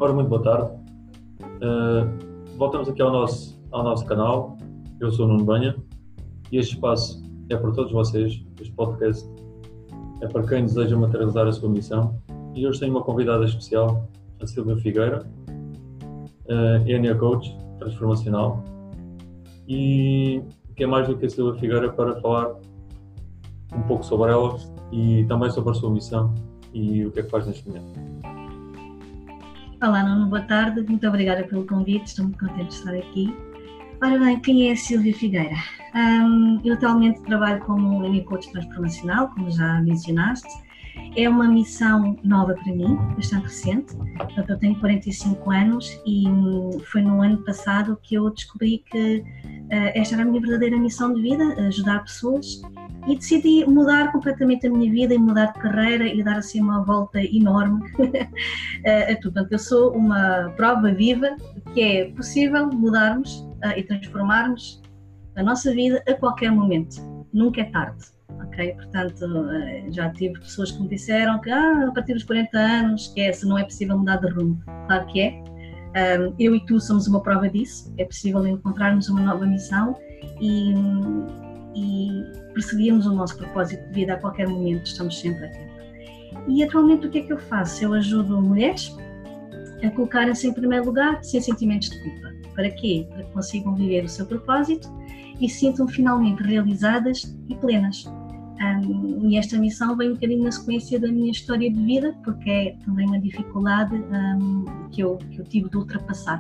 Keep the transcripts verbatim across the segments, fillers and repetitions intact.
Ora, muito boa tarde. Uh, voltamos aqui ao nosso, ao nosso canal. Eu sou o Nuno Banha e este espaço é para todos vocês. Este podcast é para quem deseja materializar a sua missão. E hoje tenho uma convidada especial, a Silvia Figueira, uh, N A Coach transformacional, e que é mais do que a Silvia Figueira para falar um pouco sobre ela e também sobre a sua missão e o que é que faz neste momento. Olá, Nuno, boa tarde, muito obrigada pelo convite, estou muito contente de estar aqui. Ora bem, quem é a Silvia Figueira? Um, eu atualmente trabalho como N A Coach transformacional, como já mencionaste. É uma missão nova para mim, bastante recente. Portanto, eu tenho quarenta e cinco anos e foi no ano passado que eu descobri que uh, esta era a minha verdadeira missão de vida, ajudar pessoas, e decidi mudar completamente a minha vida e mudar de carreira e dar assim uma volta enorme a tudo. Portanto, eu sou uma prova viva que é possível mudarmos uh, e transformarmos a nossa vida a qualquer momento, nunca é tarde. Ok, portanto, já tive pessoas que me disseram que ah, a partir dos quarenta anos, esquece, não é possível mudar de rumo. Claro que é. Um, eu e tu somos uma prova disso. É possível encontrarmos uma nova missão e, e perseguirmos o nosso propósito de vida a qualquer momento. Estamos sempre a tempo. E atualmente o que é que eu faço? Eu ajudo mulheres a colocarem-se em primeiro lugar sem sentimentos de culpa. Para quê? Para que consigam viver o seu propósito e se sintam finalmente realizadas e plenas. Um, e esta missão vem um bocadinho na sequência da minha história de vida, porque é também uma dificuldade um, que, eu, que eu tive de ultrapassar.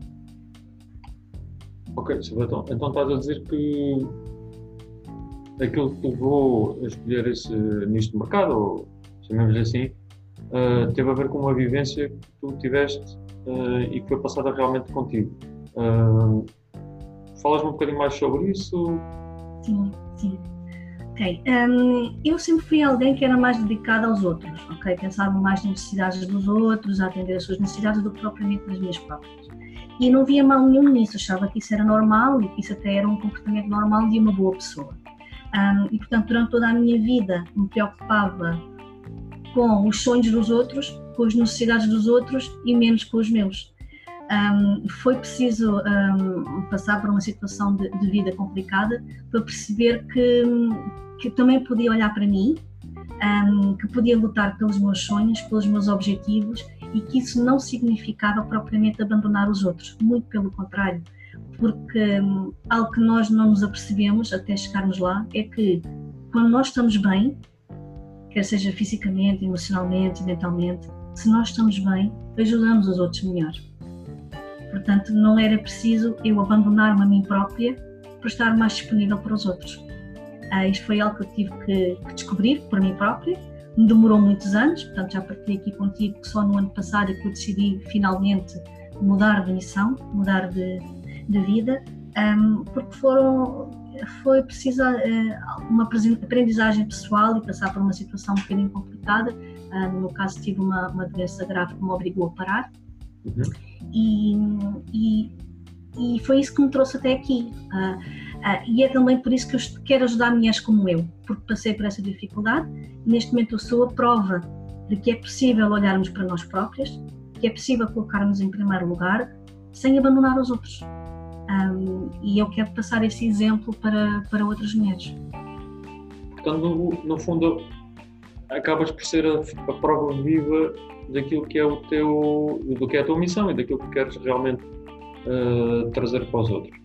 Ok, então, então estás a dizer que aquilo que te levou a escolher esse nicho de mercado, ou chamemos assim, uh, teve a ver com uma vivência que tu tiveste uh, e que foi passada realmente contigo. Uh, Falas-me um bocadinho mais sobre isso? Sim, sim. Ok. Um, eu sempre fui alguém que era mais dedicada aos outros, ok? Pensava mais nas necessidades dos outros, a atender as suas necessidades do que propriamente nas minhas próprias. E não via mal nenhum nisso, achava que isso era normal e que isso até era um comportamento normal de uma boa pessoa. Um, e, portanto, durante toda a minha vida me preocupava com os sonhos dos outros, com as necessidades dos outros e menos com os meus. Um, foi preciso um, passar por uma situação de, de vida complicada para perceber que, que também podia olhar para mim, um, que podia lutar pelos meus sonhos, pelos meus objetivos e que isso não significava propriamente abandonar os outros, muito pelo contrário, porque um, algo que nós não nos apercebemos até chegarmos lá é que quando nós estamos bem, quer seja fisicamente, emocionalmente, mentalmente, se nós estamos bem, ajudamos os outros melhor. Portanto, não era preciso eu abandonar-me a mim própria para estar mais disponível para os outros. Ah, isto foi algo que eu tive que, que descobrir por mim própria. Me demorou muitos anos, portanto já partilhei aqui contigo que só no ano passado é que eu decidi finalmente mudar de missão, mudar de, de vida, um, porque foram, foi preciso uh, uma aprendizagem pessoal e passar por uma situação um bocadinho complicada. Uh, no meu caso tive uma, uma doença grave que me obrigou a parar. Uhum. E, e, e foi isso que me trouxe até aqui. Uh, uh, e é também por isso que eu quero ajudar mulheres como eu, porque passei por essa dificuldade. Neste momento eu sou a prova de que é possível olharmos para nós próprias, que é possível colocarmos em primeiro lugar sem abandonar os outros. Um, e eu quero passar esse exemplo para, para outras mulheres. Portanto, no, no fundo, acabas por ser a, a prova viva daquilo que é o teu, do que é a tua missão e daquilo que queres realmente uh, trazer para os outros.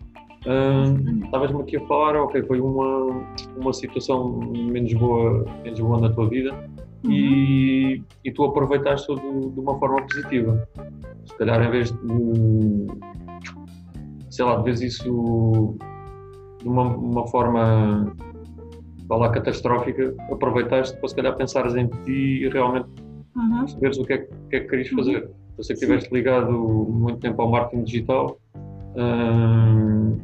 Uh, Estavas-me aqui a falar, ok, foi uma, uma situação menos boa, menos boa na tua vida, uhum. e, e tu aproveitaste-o de, de uma forma positiva. Se calhar em vez de, sei lá, de vez isso de uma, uma forma, vá lá, catastrófica, aproveitaste para se calhar pensares em ti e realmente uhum. perceberes o que é que, que, é que querias fazer. Eu sei que estiveste ligado muito tempo ao marketing digital, hum,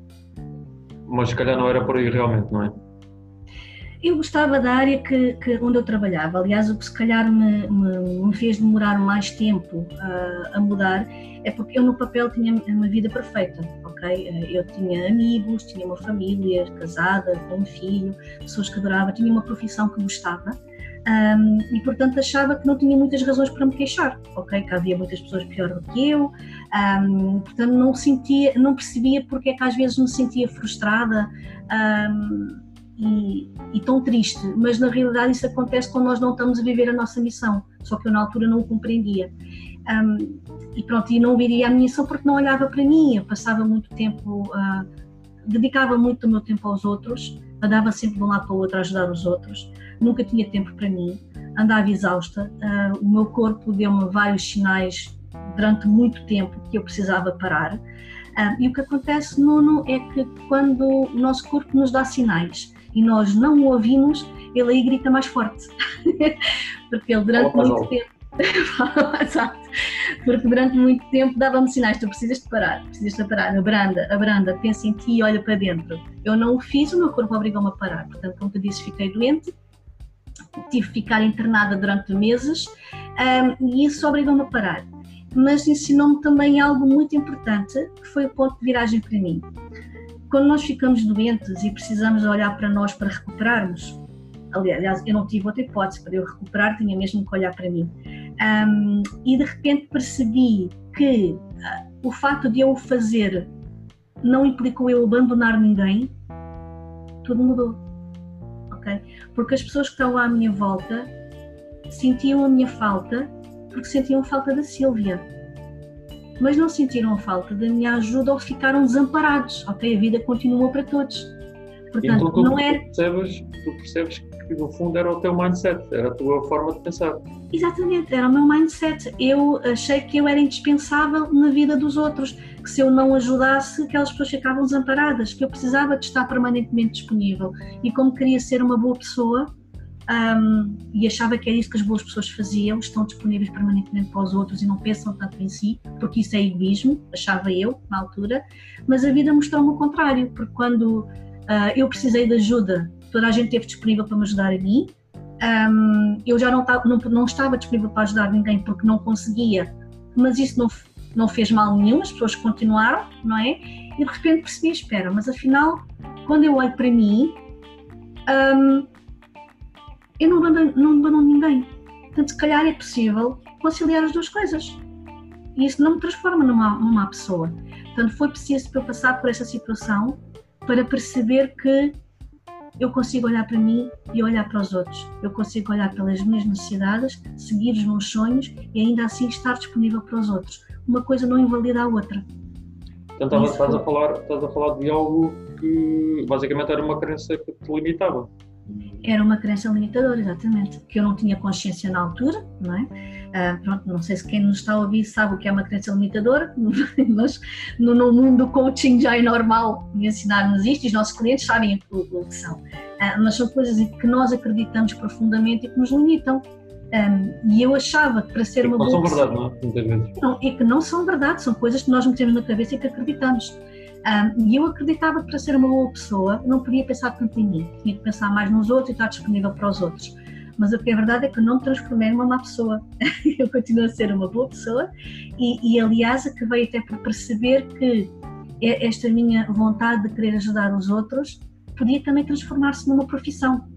mas se calhar não era por aí realmente, não é? Eu gostava da área que, que, onde eu trabalhava. Aliás, o que se calhar me, me, me fez demorar mais tempo uh, a mudar é porque eu no papel tinha uma vida perfeita, ok? Eu tinha amigos, tinha uma família, casada, com um filho, pessoas que adorava, tinha uma profissão que gostava. Um, e portanto achava que não tinha muitas razões para me queixar, ok? Que havia muitas pessoas pior do que eu, um, portanto não sentia, não percebia porque é que às vezes me sentia frustrada um, e, e tão triste, mas na realidade isso acontece quando nós não estamos a viver a nossa missão, só que eu na altura não o compreendia. Um, e pronto, e não viria a minha missão porque não olhava para mim, eu passava muito tempo, uh, dedicava muito do meu tempo aos outros, andava sempre de um lado para o outro a ajudar os outros, nunca tinha tempo para mim, andava exausta, uh, o meu corpo deu-me vários sinais durante muito tempo que eu precisava parar. Uh, e o que acontece, Nuno, é que quando o nosso corpo nos dá sinais e nós não o ouvimos, ele aí grita mais forte, porque ele durante muito alto. tempo Exato. Porque durante muito tempo dava-me sinais, tu precisas de parar, precisas de parar, abranda, abranda, pensa em ti e olha para dentro. Eu não o fiz, o meu corpo obrigou-me a parar, portanto, como tu disse, fiquei doente, tive que ficar internada durante meses um, e isso obrigou-me a parar. Mas ensinou-me também algo muito importante, que foi o ponto de viragem para mim. Quando nós ficamos doentes e precisamos olhar para nós para recuperarmos, aliás, eu não tive outra hipótese, para eu recuperar tinha mesmo que olhar para mim. Um, e de repente percebi que uh, o facto de eu o fazer não implicou eu abandonar ninguém, tudo mudou, ok? Porque as pessoas que estão à minha volta sentiam a minha falta porque sentiam falta da Sílvia, mas não sentiram a falta da minha ajuda ou ficaram desamparados, ok? A vida continuou para todos. Portanto, então tu, não é... tu, percebes, tu percebes que no fundo era o teu mindset, era a tua forma de pensar. Exatamente, era o meu mindset. Eu achei que eu era indispensável na vida dos outros, que se eu não ajudasse, aquelas pessoas ficavam desamparadas, que eu precisava de estar permanentemente disponível. E como queria ser uma boa pessoa, um, e achava que era isso que as boas pessoas faziam, estão disponíveis permanentemente para os outros e não pensam tanto em si, porque isso é egoísmo, achava eu, na altura, mas a vida mostrou-me o contrário, porque quando uh, eu precisei de ajuda, toda a gente esteve disponível para me ajudar a mim. Um, eu já não, não, não estava disponível para ajudar ninguém porque não conseguia, mas isso não, não fez mal nenhum, as pessoas continuaram, não é? E de repente percebi, espera, mas afinal, quando eu olho para mim, um, eu não abandono, não abandono ninguém. Portanto, se calhar é possível conciliar as duas coisas. E isso não me transforma numa, numa pessoa. Portanto, foi preciso para eu passar por essa situação para perceber que eu consigo olhar para mim e olhar para os outros. Eu consigo olhar pelas minhas necessidades, seguir os meus sonhos e ainda assim estar disponível para os outros. Uma coisa não invalida a outra. Então estás, estás, a falar, estás a falar de algo que basicamente era uma crença que te limitava. Era uma crença limitadora, exatamente, que eu não tinha consciência na altura, não é? Ah, pronto, não sei se quem nos está a ouvir sabe o que é uma crença limitadora, mas no, no mundo do coaching já é normal ensinar-nos isto e os nossos clientes sabem o, o que são. Ah, mas são coisas que nós acreditamos profundamente e que nos limitam. Um, e eu achava que para ser e uma boa boa pessoa... Não são verdade, não é? Muitas vezes. Não, é que não são verdade, são coisas que nós metemos na cabeça e que acreditamos. Um, e eu acreditava que para ser uma boa pessoa não podia pensar tanto em mim, tinha que pensar mais nos outros e estar disponível para os outros. Mas o que é verdade é que eu não me transformei numa má pessoa. Eu continuo a ser uma boa pessoa e, e aliás, acabei até por perceber que esta minha vontade de querer ajudar os outros podia também transformar-se numa profissão.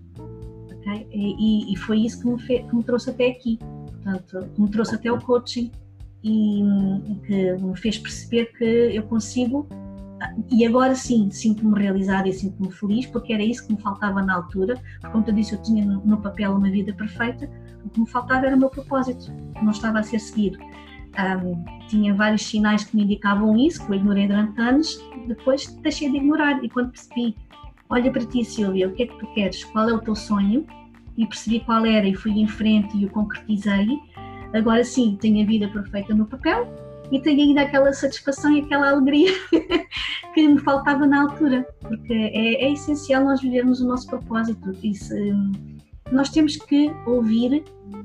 Okay? E, e foi isso que me, fez, que me trouxe até aqui, portanto, que me trouxe até o coaching. E, e que me fez perceber que eu consigo, e agora sim, sinto-me realizada e sinto-me feliz, porque era isso que me faltava na altura, porque como eu disse, eu tinha no, no papel uma vida perfeita, o que me faltava era o meu propósito, que não estava a ser seguido. Um, tinha vários sinais que me indicavam isso, que eu ignorei durante anos, depois deixei de ignorar, e quando percebi, olha para ti, Sílvia, o que é que tu queres, qual é o teu sonho, e percebi qual era e fui em frente e o concretizei. Agora sim, tenho a vida perfeita no papel e tenho ainda aquela satisfação e aquela alegria que me faltava na altura, porque é, é essencial nós vivermos o nosso propósito. E se, nós temos que ouvir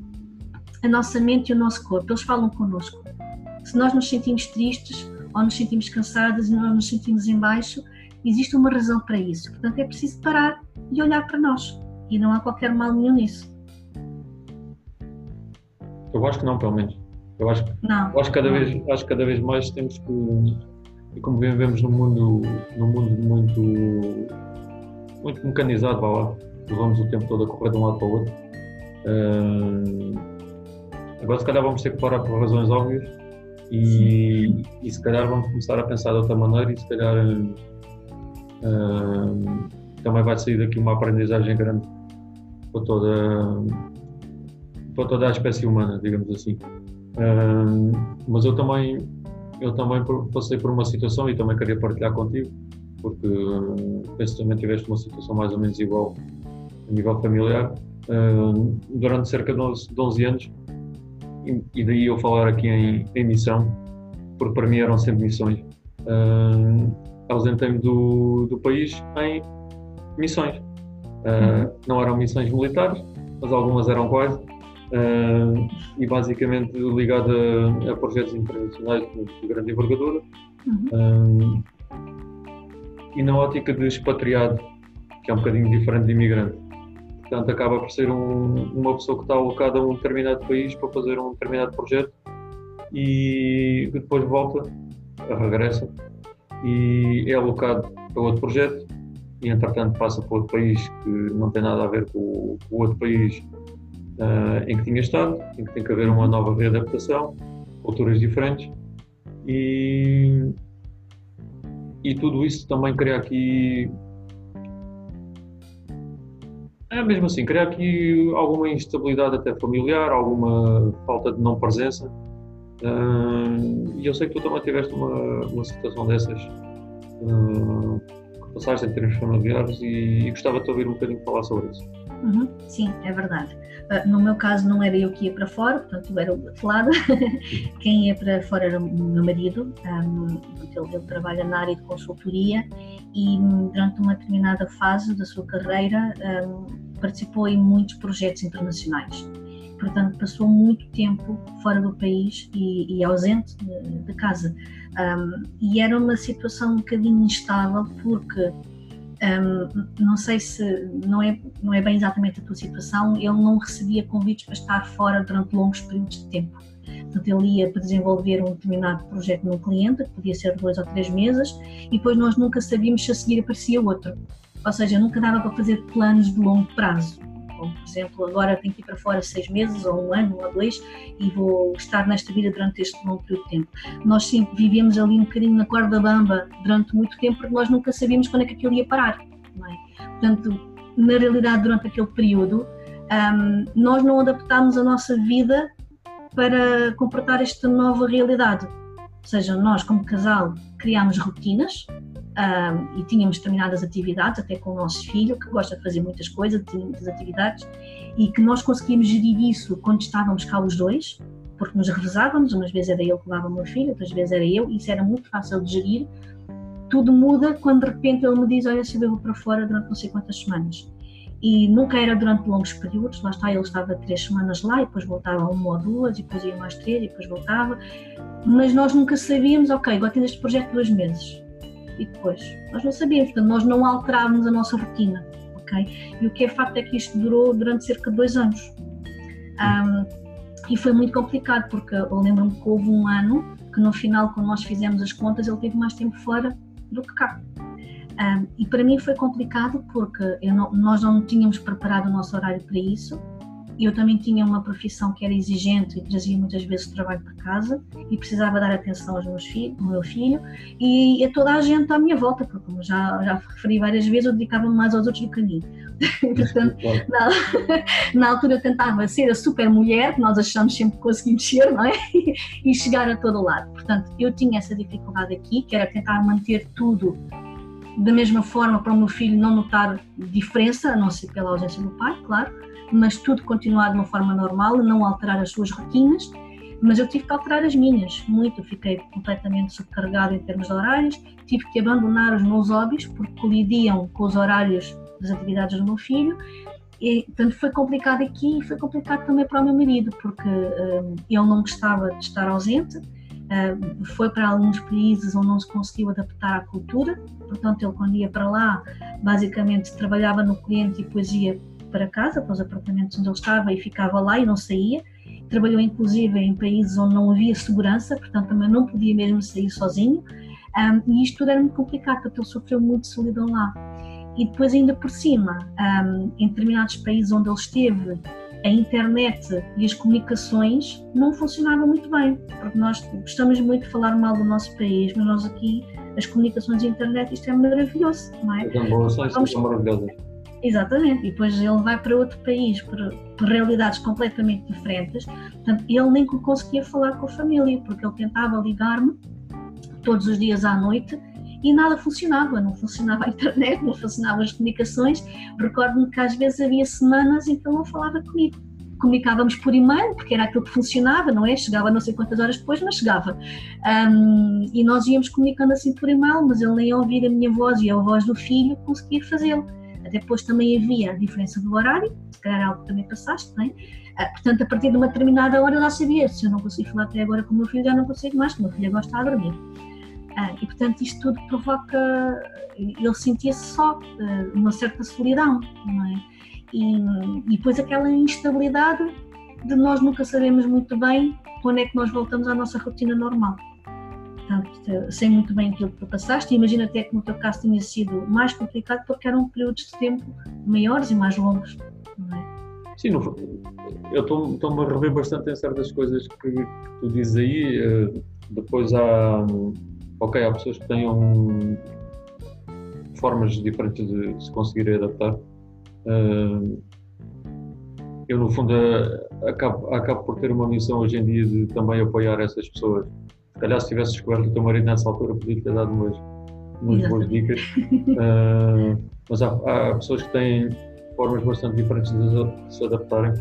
a nossa mente e o nosso corpo, eles falam connosco. Se nós nos sentimos tristes ou nos sentimos cansados e não nos sentimos em baixo, existe uma razão para isso. Portanto, é preciso parar e olhar para nós e não há qualquer mal nenhum nisso. Eu acho que não, pelo menos. Eu acho que, não, eu acho que cada não. vez, acho que cada vez mais temos que, e como vivemos num mundo, num mundo muito, muito mecanizado, vá lá, levamos o tempo todo a correr de um lado para o outro, Uh, agora se calhar vamos ter que parar por razões óbvias e, e se calhar vamos começar a pensar de outra maneira e se calhar uh, também vai sair daqui uma aprendizagem grande para toda, para toda a espécie humana, digamos assim. Uh, mas eu também, eu também passei por uma situação e também queria partilhar contigo, porque uh, penso que também tiveste uma situação mais ou menos igual a nível familiar, uh, durante cerca de onze anos, e, e daí eu falar aqui em, em missão, porque para mim eram sempre missões. Uh, ausentei-me do, do país em missões. Uh, não eram missões militares, mas algumas eram quase, uh, e basicamente ligado a, a projetos internacionais de grande envergadura, uh, e na ótica de expatriado, que é um bocadinho diferente de imigrante. Portanto, acaba por ser um, uma pessoa que está alocada a um determinado país para fazer um determinado projeto e depois volta, regressa e é alocado para outro projeto e, entretanto, passa para outro país que não tem nada a ver com o, com o outro país uh, em que tinha estado, em que tem que haver uma nova readaptação, culturas diferentes e, e tudo isso também cria aqui, é mesmo assim, cria aqui alguma instabilidade até familiar, alguma falta de não presença. Uh, e eu sei que tu também tiveste uma, uma situação dessas, uh, que passaste em termos familiares e, e gostava de te ouvir um bocadinho falar sobre isso. Uhum, sim, é verdade. Uh, no meu caso não era eu que ia para fora, portanto eu era o outro lado. Quem ia para fora era o meu marido. Um, ele, ele trabalha na área de consultoria e durante uma determinada fase da sua carreira um, participou em muitos projetos internacionais. Portanto, passou muito tempo fora do país e, e ausente de, de casa. Um, e era uma situação um bocadinho instável porque, um, não sei se, não é, não é bem exatamente a tua situação, ele não recebia convites para estar fora durante longos períodos de tempo. Portanto, ele ia para desenvolver um determinado projeto num cliente, que podia ser dois ou três meses, e depois nós nunca sabíamos se a seguir aparecia outro. Ou seja, nunca dava para fazer planos de longo prazo. Como, por exemplo, agora tenho que ir para fora seis meses, ou um ano, ou dois, e vou estar nesta vida durante este longo período de tempo. Nós sempre vivíamos ali um bocadinho na corda bamba durante muito tempo, porque nós nunca sabíamos quando é que aquilo ia parar, não é? Portanto, na realidade, durante aquele período, um, nós não adaptámos a nossa vida para comportar esta nova realidade. Ou seja, nós, como casal, criámos rotinas, Um, e tínhamos determinadas atividades, até com o nosso filho, que gosta de fazer muitas coisas, tinha muitas atividades, e que nós conseguimos gerir isso quando estávamos cá os dois, porque nos revezávamos, umas vezes era ele que levava o meu filho, outras vezes era eu, e isso era muito fácil de gerir. Tudo muda quando de repente ele me diz: olha, se eu vou para fora durante não sei quantas semanas. E nunca era durante longos períodos, lá está, ele estava três semanas lá, e depois voltava uma ou duas, e depois ia mais três, e depois voltava, mas nós nunca sabíamos, ok, agora tens este projeto de dois meses. E depois, nós não sabíamos, portanto, nós não alterávamos a nossa rotina, ok? E o que é facto é que isto durou durante cerca de dois anos. Um, e foi muito complicado, porque eu lembro-me que houve um ano que no final, quando nós fizemos as contas, ele teve mais tempo fora do que cá. Um, e para mim foi complicado porque eu não, nós não tínhamos preparado o nosso horário para isso. Eu também tinha uma profissão que era exigente e trazia muitas vezes o trabalho para casa e precisava dar atenção aos meus filhos, ao meu filho e a toda a gente à minha volta, porque como já, já referi várias vezes, eu dedicava-me mais aos outros do que a mim. Portanto, na, na altura eu tentava ser a super mulher, que nós achamos sempre que conseguimos ser, não é? E chegar a todo lado. Portanto, eu tinha essa dificuldade aqui, que era tentar manter tudo da mesma forma para o meu filho não notar diferença, a não ser pela ausência do pai, claro, mas tudo continuar de uma forma normal, não alterar as suas rotinas, mas eu tive que alterar as minhas, muito, eu fiquei completamente subcarregada em termos de horários, tive que abandonar os meus hobbies, porque colidiam com os horários das atividades do meu filho, e portanto foi complicado aqui e foi complicado também para o meu marido, porque um, ele não gostava de estar ausente, um, foi para alguns países onde não se conseguiu adaptar à cultura, portanto ele quando ia para lá, basicamente trabalhava no cliente e depois ia para casa, para os apartamentos onde ele estava e ficava lá e não saía. Trabalhou inclusive em países onde não havia segurança, portanto também não podia mesmo sair sozinho, um, e isto tudo era muito complicado, porque ele sofreu muito de solidão lá. E depois ainda por cima, um, em determinados países onde ele esteve, a internet e as comunicações não funcionavam muito bem, porque nós gostamos muito de falar mal do nosso país, mas nós aqui, as comunicações e a internet, isto é maravilhoso, não é? Vamos... são maravilhosas. Exatamente, e depois ele vai para outro país, por, por realidades completamente diferentes, portanto, ele nem conseguia falar com a família, porque ele tentava ligar-me todos os dias à noite e nada funcionava, não funcionava a internet, não funcionavam as comunicações. Recordo-me que às vezes havia semanas em que ele não falava comigo. Comunicávamos por e-mail, porque era aquilo que funcionava, não é? Chegava não sei quantas horas depois, mas chegava. Um, e nós íamos comunicando assim por e-mail, mas ele nem ouvia a minha voz e a voz do filho conseguia fazê-lo. Até depois também havia a diferença do horário, se calhar é algo que também passaste, não é? Uh, portanto, a partir de uma determinada hora eu já sabia, se eu não consigo falar até agora com o meu filho, já não consigo mais, porque o meu filho gosta de dormir. Uh, e portanto isto tudo provoca, ele sentia-se só, uh, uma certa solidão, não é? E, e depois aquela instabilidade de nós nunca sabemos muito bem quando é que nós voltamos à nossa rotina normal. Portanto, sei muito bem aquilo que tu passaste e imagino até que no teu caso tenha sido mais complicado porque eram períodos de tempo maiores e mais longos, não é? Sim, no, eu estou-me a rever bastante em certas coisas que, que tu dizes aí. Uh, depois há... Ok, há pessoas que tenham formas diferentes de, de se conseguirem adaptar. Uh, eu, no fundo, uh, acabo, acabo por ter uma missão hoje em dia de também apoiar essas pessoas. Se calhar, se tivesse descoberto o teu marido nessa altura, podia ter dado umas, umas boas dicas. Uh, mas há, há pessoas que têm formas bastante diferentes de, de se adaptarem.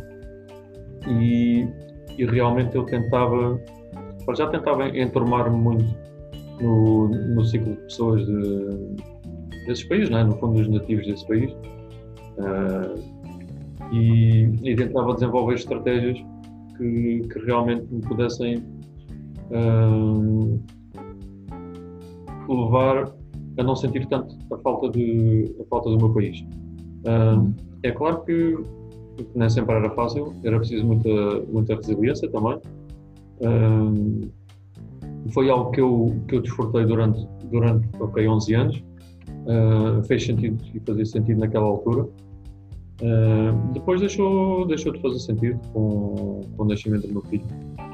E, e realmente eu tentava, já tentava enturmar-me muito No, no ciclo de pessoas de, desses países, não é? No fundo dos nativos desse país, uh, e, e tentava desenvolver estratégias que, que realmente me pudessem uh, levar a não sentir tanto a falta, de, a falta do meu país. Uh, é claro que nem sempre era fácil, era preciso muita, muita resiliência também. Uh, Foi algo que eu, que eu desfrutei durante, durante okay, onze anos, uh, fez sentido e fazia sentido naquela altura. Uh, depois deixou, deixou de fazer sentido com, com o nascimento do meu filho.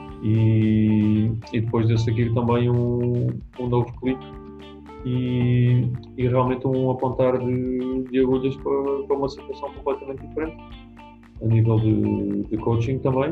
E, e depois deu seguir também um, um novo clique e, e realmente um apontar de, de agulhas para, para uma situação completamente diferente, a nível de, de coaching também.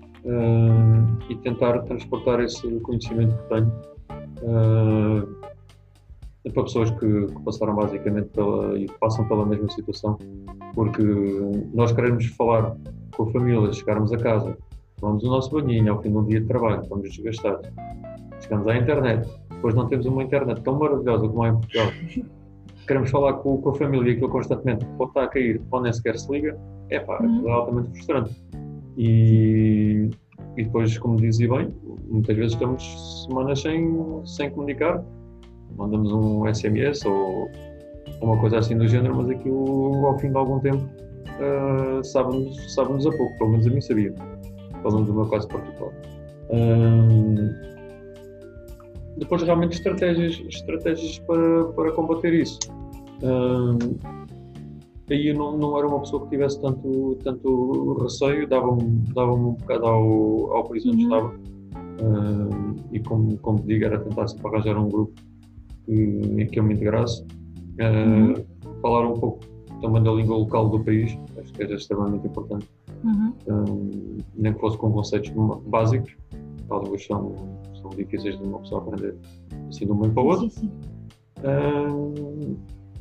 Uh, e tentar transportar esse conhecimento que tenho uh, para pessoas que, que passaram basicamente pela, e que passam pela mesma situação, porque nós queremos falar com a família, chegarmos a casa, tomamos o nosso banhinho ao fim de um dia de trabalho, estamos desgastados, chegamos à internet, depois não temos uma internet tão maravilhosa como há em Portugal, queremos falar com, com a família e aquilo constantemente pode estar a cair, ou nem sequer se liga, é pá, é altamente frustrante. E, e depois, como dizia bem, muitas vezes estamos semanas sem, sem comunicar, mandamos um S M S ou uma coisa assim do género, mas aquilo ao fim de algum tempo uh, sabe-nos, sabe-nos a pouco, pelo menos a mim sabia, pelo menos no meu caso particular. Uh, depois realmente estratégias, estratégias para, para combater isso. Uh, Aí eu não, não era uma pessoa que tivesse tanto, tanto receio, dava-me dava um bocado ao, ao país onde estava. Uh, e como, como te digo, era tentar sempre arranjar um grupo que, em que eu me integrasse. Uh, uhum. Falar um pouco também da língua local do país, acho que era extremamente importante. Uhum. Uh, nem que fosse com conceitos básicos, talvez são, são difíceis de uma pessoa aprender assim de um momento para o outro. Sim, sim. Uh,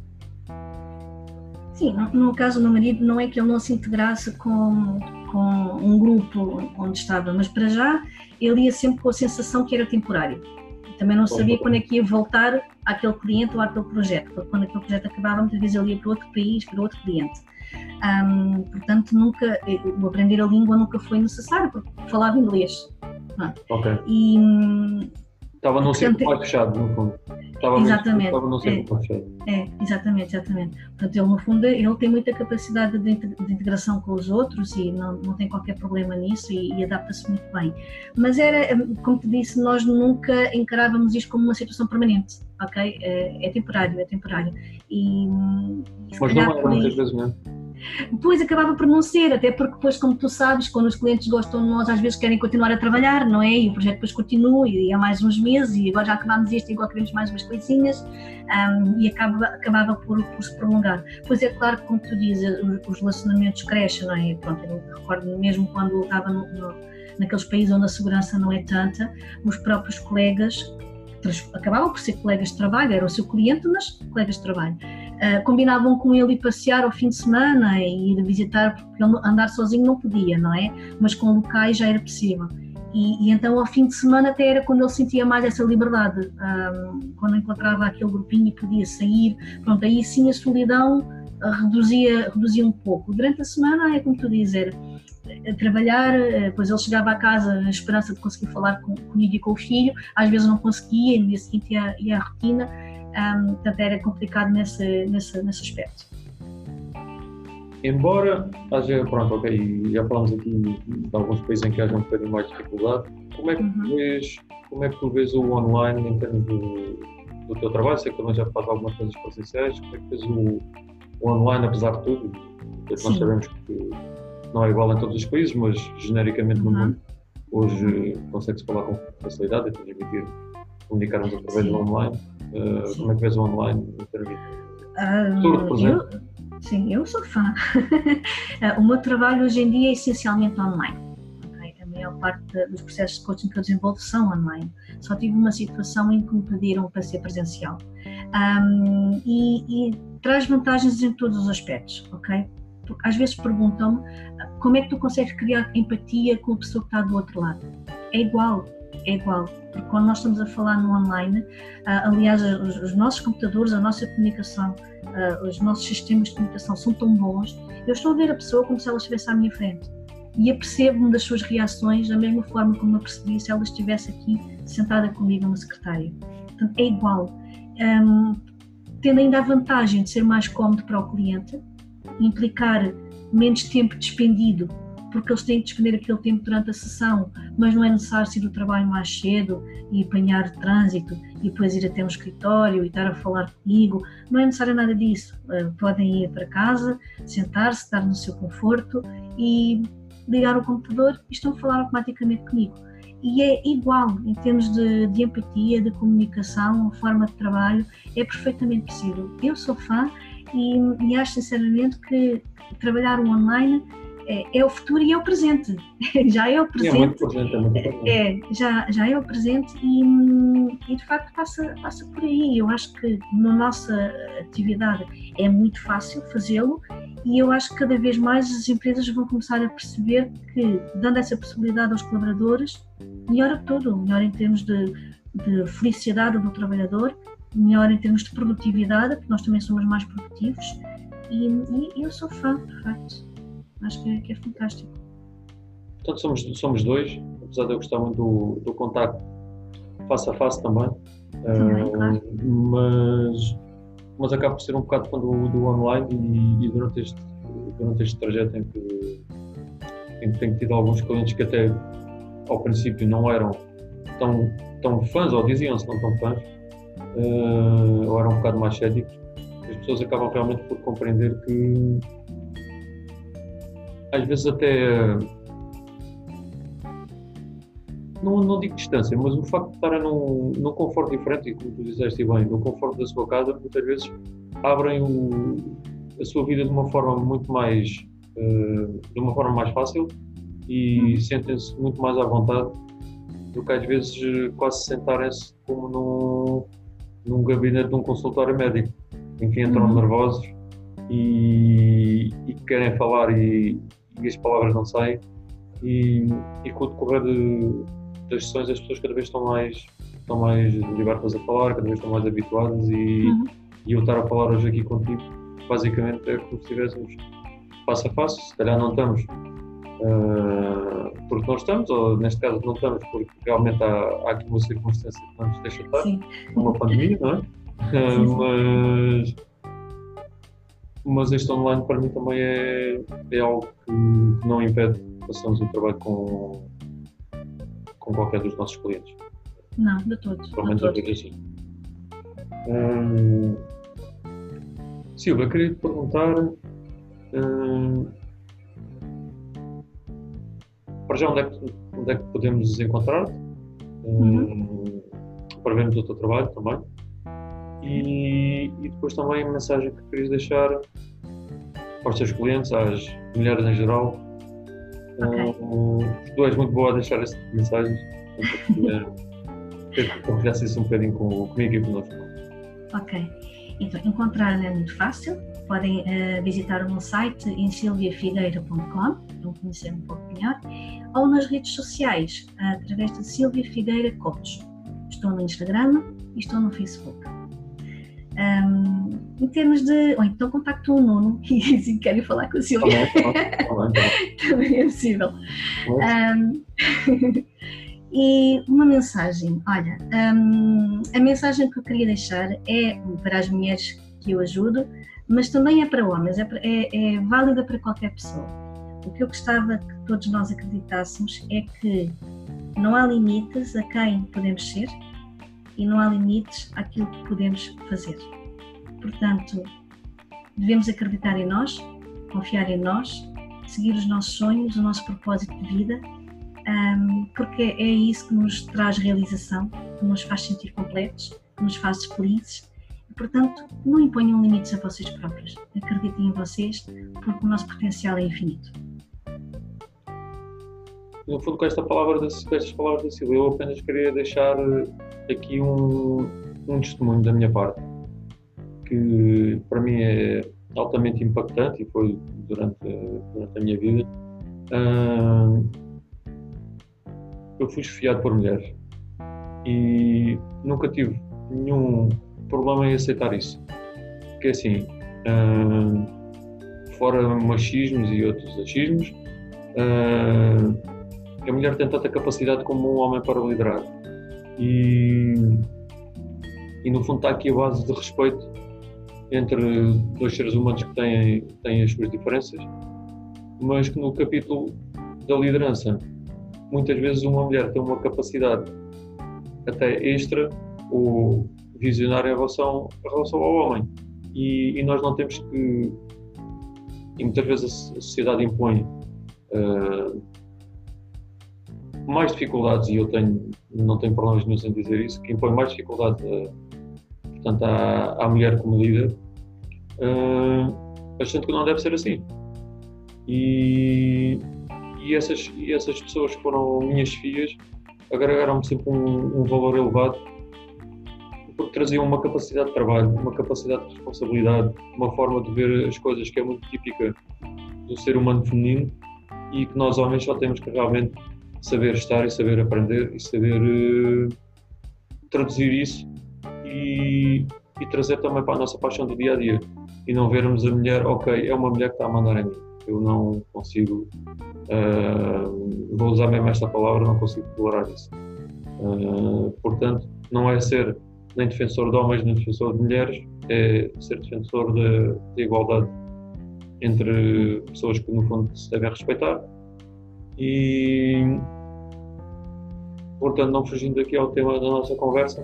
Sim, no, no caso do meu marido não é que ele não se integrasse com, com um grupo onde estava, mas para já ele ia sempre com a sensação que era temporário. Também não sabia quando é que ia voltar àquele cliente ou àquele projeto, porque quando aquele projeto acabava, muitas vezes ele ia para outro país, para outro cliente. Um, portanto, nunca, o aprender a língua nunca foi necessário, porque falava inglês. Não. Ok. E, Estava num círculo mais fechado, no fundo. Estava exatamente. Estava num círculo mais fechado. É, exatamente, exatamente. Portanto, ele, no fundo, ele tem muita capacidade de, de integração com os outros e não, não tem qualquer problema nisso e, e adapta-se muito bem. Mas era, como te disse, nós nunca encarávamos isto como uma situação permanente, ok? É, é temporário, é temporário. E, Mas não era muitas vezes, não é? Depois acabava por não ser, até porque depois, como tu sabes, quando os clientes gostam de nós, às vezes querem continuar a trabalhar, não é? E o projeto depois continua e há mais uns meses e agora já acabámos isto e agora queremos mais umas coisinhas, um, e acaba, acabava por, por se prolongar. Pois é claro que, como tu dizes, os, os relacionamentos crescem, não é? Pronto, eu recordo mesmo quando estava no, no, naqueles países onde a segurança não é tanta, os próprios colegas acabavam por ser colegas de trabalho, era o seu cliente, mas colegas de trabalho. Uh, combinavam com ele ir passear ao fim de semana e ir visitar, porque ele andar sozinho não podia, não é? Mas com locais já era possível. E, e então ao fim de semana até era quando ele sentia mais essa liberdade, um, quando encontrava aquele grupinho e podia sair, pronto, aí sim a solidão uh, reduzia, reduzia um pouco. Durante a semana é como tu dizes, era a trabalhar, depois ele chegava a casa na esperança de conseguir falar com, comigo e com o filho, às vezes não conseguia, e no dia seguinte ia, ia à rotina, um, portanto era complicado nesse, nesse, nesse aspecto. Embora haja, pronto, ok, já falamos aqui de alguns países em que haja um bocadinho mais dificuldade, como é que, uhum. tu, vês, como é que tu vês o online em termos do, do teu trabalho? Sei que também já faz algumas coisas presenciais, como é que vês o, o online, apesar de tudo? Nós sabemos que não é igual em todos os países, mas genericamente uhum. no mundo hoje consegue-se falar com facilidade e transmitir, comunicarmos através do online. Uh, como é que vês o online em termos de tudo, por exemplo? Eu, sim, eu sou fã. O meu trabalho hoje em dia é essencialmente online. Okay? A maior parte dos processos de coaching que eu desenvolvo são online. Só tive uma situação em que me pediram para ser presencial. Um, e, e traz vantagens em todos os aspectos, ok? Às vezes perguntam-me como é que tu consegues criar empatia com a pessoa que está do outro lado. É igual, é igual, porque quando nós estamos a falar no online, aliás, os, os nossos computadores, a nossa comunicação, os nossos sistemas de comunicação são tão bons, eu estou a ver a pessoa como se ela estivesse à minha frente e apercebo-me das suas reações da mesma forma como eu percebi se ela estivesse aqui sentada comigo no secretário. Portanto, é igual, um, tendo ainda a vantagem de ser mais cómodo para o cliente, implicar menos tempo despendido, porque eles têm que despender aquele tempo durante a sessão, mas não é necessário sair do trabalho mais cedo e apanhar trânsito e depois ir até um escritório e estar a falar comigo, não é necessário nada disso. Podem ir para casa, sentar-se, estar no seu conforto e ligar o computador e estão a falar automaticamente comigo. E é igual em termos de, de empatia, de comunicação, forma de trabalho, é perfeitamente possível. Eu sou fã e, e acho sinceramente que trabalhar o online é, é o futuro e é o presente. Já é o presente. É muito presente, é muito presente. É, já, já é o presente e, e de facto passa, passa por aí. Eu acho que na nossa atividade é muito fácil fazê-lo e eu acho que cada vez mais as empresas vão começar a perceber que, dando essa possibilidade aos colaboradores, melhora tudo, melhora em termos de, de felicidade do trabalhador, melhor em termos de produtividade, porque nós também somos mais produtivos e, e eu sou fã, de facto. Acho que é, que é fantástico. Portanto, somos, somos dois, apesar de eu gostar muito do, do contacto face a face também, Também, uh, claro. mas, mas acaba por ser um bocado fã do, do online e, e durante, este, durante este trajeto em que, em que tenho tido alguns clientes que até ao princípio não eram tão, tão fãs, ou diziam-se não tão fãs, uh, ou eram um bocado mais céticos, as pessoas acabam realmente por compreender que às vezes até, não, não digo distância, mas o facto de estarem num, num conforto diferente, e como tu disseste bem, no conforto da sua casa, muitas vezes abrem o, a sua vida de uma forma muito mais, uh, de uma forma mais fácil e uhum. sentem-se muito mais à vontade do que às vezes quase sentarem-se como num, num gabinete de um consultório médico, em que entram uhum. nervosos e, e querem falar e e as palavras não saem e, e com o decorrer de, das sessões as pessoas cada vez estão mais, estão mais libertas a falar, cada vez estão mais habituadas e, uhum. e eu estar a falar hoje aqui contigo basicamente é como se estivéssemos face a face, se calhar não estamos uh, porque não estamos, ou neste caso não estamos porque realmente há, há aqui uma circunstância que não nos deixa estar, sim. uma pandemia, não é? Uh, sim, mas Mas este online para mim também é, é algo que, que não impede que façamos o trabalho com, com qualquer dos nossos clientes. Não, de todos. Pelo menos eu vejo assim. Hum, Silvia, queria te perguntar Hum, para já, onde é, que, onde é que podemos nos encontrar? Hum, uhum. Para vermos o teu trabalho também. E, e depois também a mensagem que querias deixar para os teus clientes, às mulheres em geral. Okay. Um, tu és muito boa a deixar esse tipo de mensagens. Conversa isso um bocadinho com, comigo e connosco. Ok. Então, encontrar-me é muito fácil. Podem uh, visitar o meu site em silvia figueira ponto com para me conhecer um pouco melhor, ou nas redes sociais, através de Silvia Figueira Coach. Estou no Instagram e estou no Facebook. Um, em termos de... Ou então contacto o Nuno e dizem que querem falar com a Silvia. Tá bom, tá bom, tá bom, tá bom. Também é possível. Um, e uma mensagem. Olha, um, a mensagem que eu queria deixar é para as mulheres que eu ajudo, mas também é para homens, é, para, é, é válida para qualquer pessoa. O que eu gostava que todos nós acreditássemos é que não há limites a quem podemos ser e não há limites àquilo que podemos fazer. Portanto, devemos acreditar em nós, confiar em nós, seguir os nossos sonhos, o nosso propósito de vida, um, porque é isso que nos traz realização, que nos faz sentir completos, que nos faz felizes. Portanto, não imponham limites a vocês próprios. Acreditem em vocês, porque o nosso potencial é infinito. No fundo, com, esta palavra da, com estas palavras da Silvia, eu apenas queria deixar aqui um, um testemunho da minha parte, que para mim é altamente impactante e foi durante, durante a minha vida. Uh, eu fui esfiado por mulheres e nunca tive nenhum problema em aceitar isso, porque assim, uh, fora machismos e outros achismos, uh, a mulher tem tanta capacidade como um homem para liderar e, e no fundo está aqui a base de respeito entre dois seres humanos que têm, têm as suas diferenças, mas que no capítulo da liderança muitas vezes uma mulher tem uma capacidade até extra ou visionária em relação, em relação ao homem e, e nós não temos que, e muitas vezes a sociedade impõe uh, mais dificuldades, e eu tenho, não tenho problemas nenhum em dizer isso, que impõe mais dificuldades uh, portanto, à, à mulher como líder, uh, achando que não deve ser assim. E, e, essas, e essas pessoas que foram minhas filhas agregaram-me sempre um, um valor elevado, porque traziam uma capacidade de trabalho, uma capacidade de responsabilidade, uma forma de ver as coisas que é muito típica do ser humano feminino e que nós homens só temos que realmente saber estar e saber aprender e saber uh, traduzir isso e, e trazer também para a nossa paixão do dia a dia e não vermos a mulher, ok, é uma mulher que está a mandar em mim, eu não consigo, uh, vou usar mesmo esta palavra, não consigo tolerar isso. Uh, portanto, não é ser nem defensor de homens nem defensor de mulheres, é ser defensor de, de igualdade entre pessoas que no fundo se devem respeitar. E, portanto, não fugindo aqui ao tema da nossa conversa,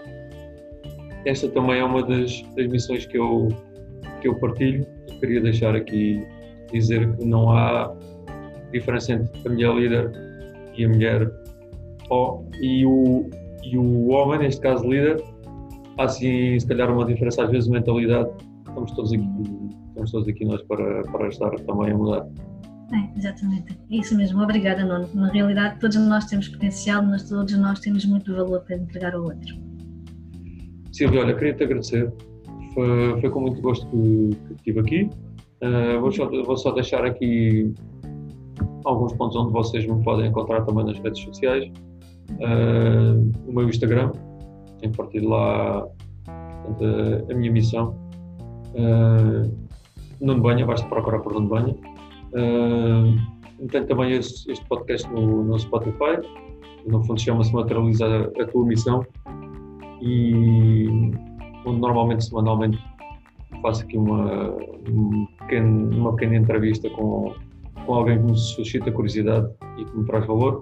esta também é uma das, das missões que eu, que eu partilho. Eu queria deixar aqui, dizer que não há diferença entre a mulher líder e a mulher oh, e, o, e o homem, neste caso líder. Há sim, se calhar, uma diferença às vezes de mentalidade. Estamos todos aqui, estamos todos aqui nós para, para ajudar também a mudar. É, exatamente, é isso mesmo, obrigada Nuno. Na realidade todos nós temos potencial, mas todos nós temos muito valor para entregar ao outro. Silvia, olha, queria-te agradecer, foi, foi com muito gosto que, que estive aqui. Uh, vou, só, vou só deixar aqui alguns pontos onde vocês me podem encontrar também nas redes sociais. Uh, o meu Instagram, tenho partido lá portanto, a, a minha missão. Uh, Nuno Banha, basta procurar por Nuno Banha. Uh, tenho também este, este podcast no, no Spotify, no fundo chama-se Materializa a, a Tua Missão, e onde normalmente semanalmente faço aqui uma, um pequeno, uma pequena entrevista com, com alguém que me suscita curiosidade e que me traz valor.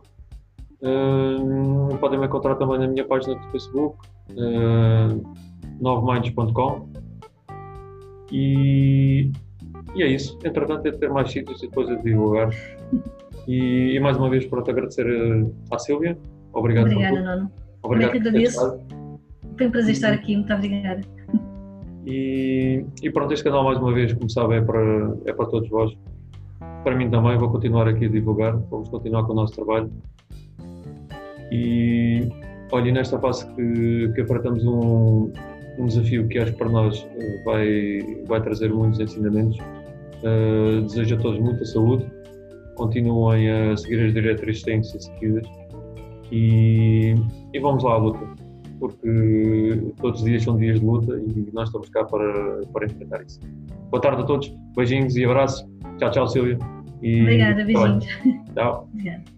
Uh, podem me encontrar também na minha página do Facebook, uh, nove minds ponto com, e e é isso. Entretanto, é ter mais sítios e depois a divulgar. E, e mais uma vez, pronto, agradecer à Sílvia. Obrigado Obrigada, por tudo. Nuno. Obrigado Também que agradeço. Foi um prazer estar aqui, muito obrigada. E, e pronto, este canal, mais uma vez, como sabem, é para, é para todos vós. Para mim também, vou continuar aqui a divulgar, vamos continuar com o nosso trabalho. E olha, nesta fase que, que enfrentamos um, um desafio que acho que para nós vai, vai trazer muitos ensinamentos. Uh, desejo a todos muita saúde, continuem a seguir as diretrizes que têm que ser seguidas e, e vamos lá à luta, porque todos os dias são dias de luta e nós estamos cá para, para enfrentar isso. Boa tarde a todos, beijinhos e abraços. Tchau, tchau, Sílvia. E obrigada, beijinhos. Tchau. Obrigada.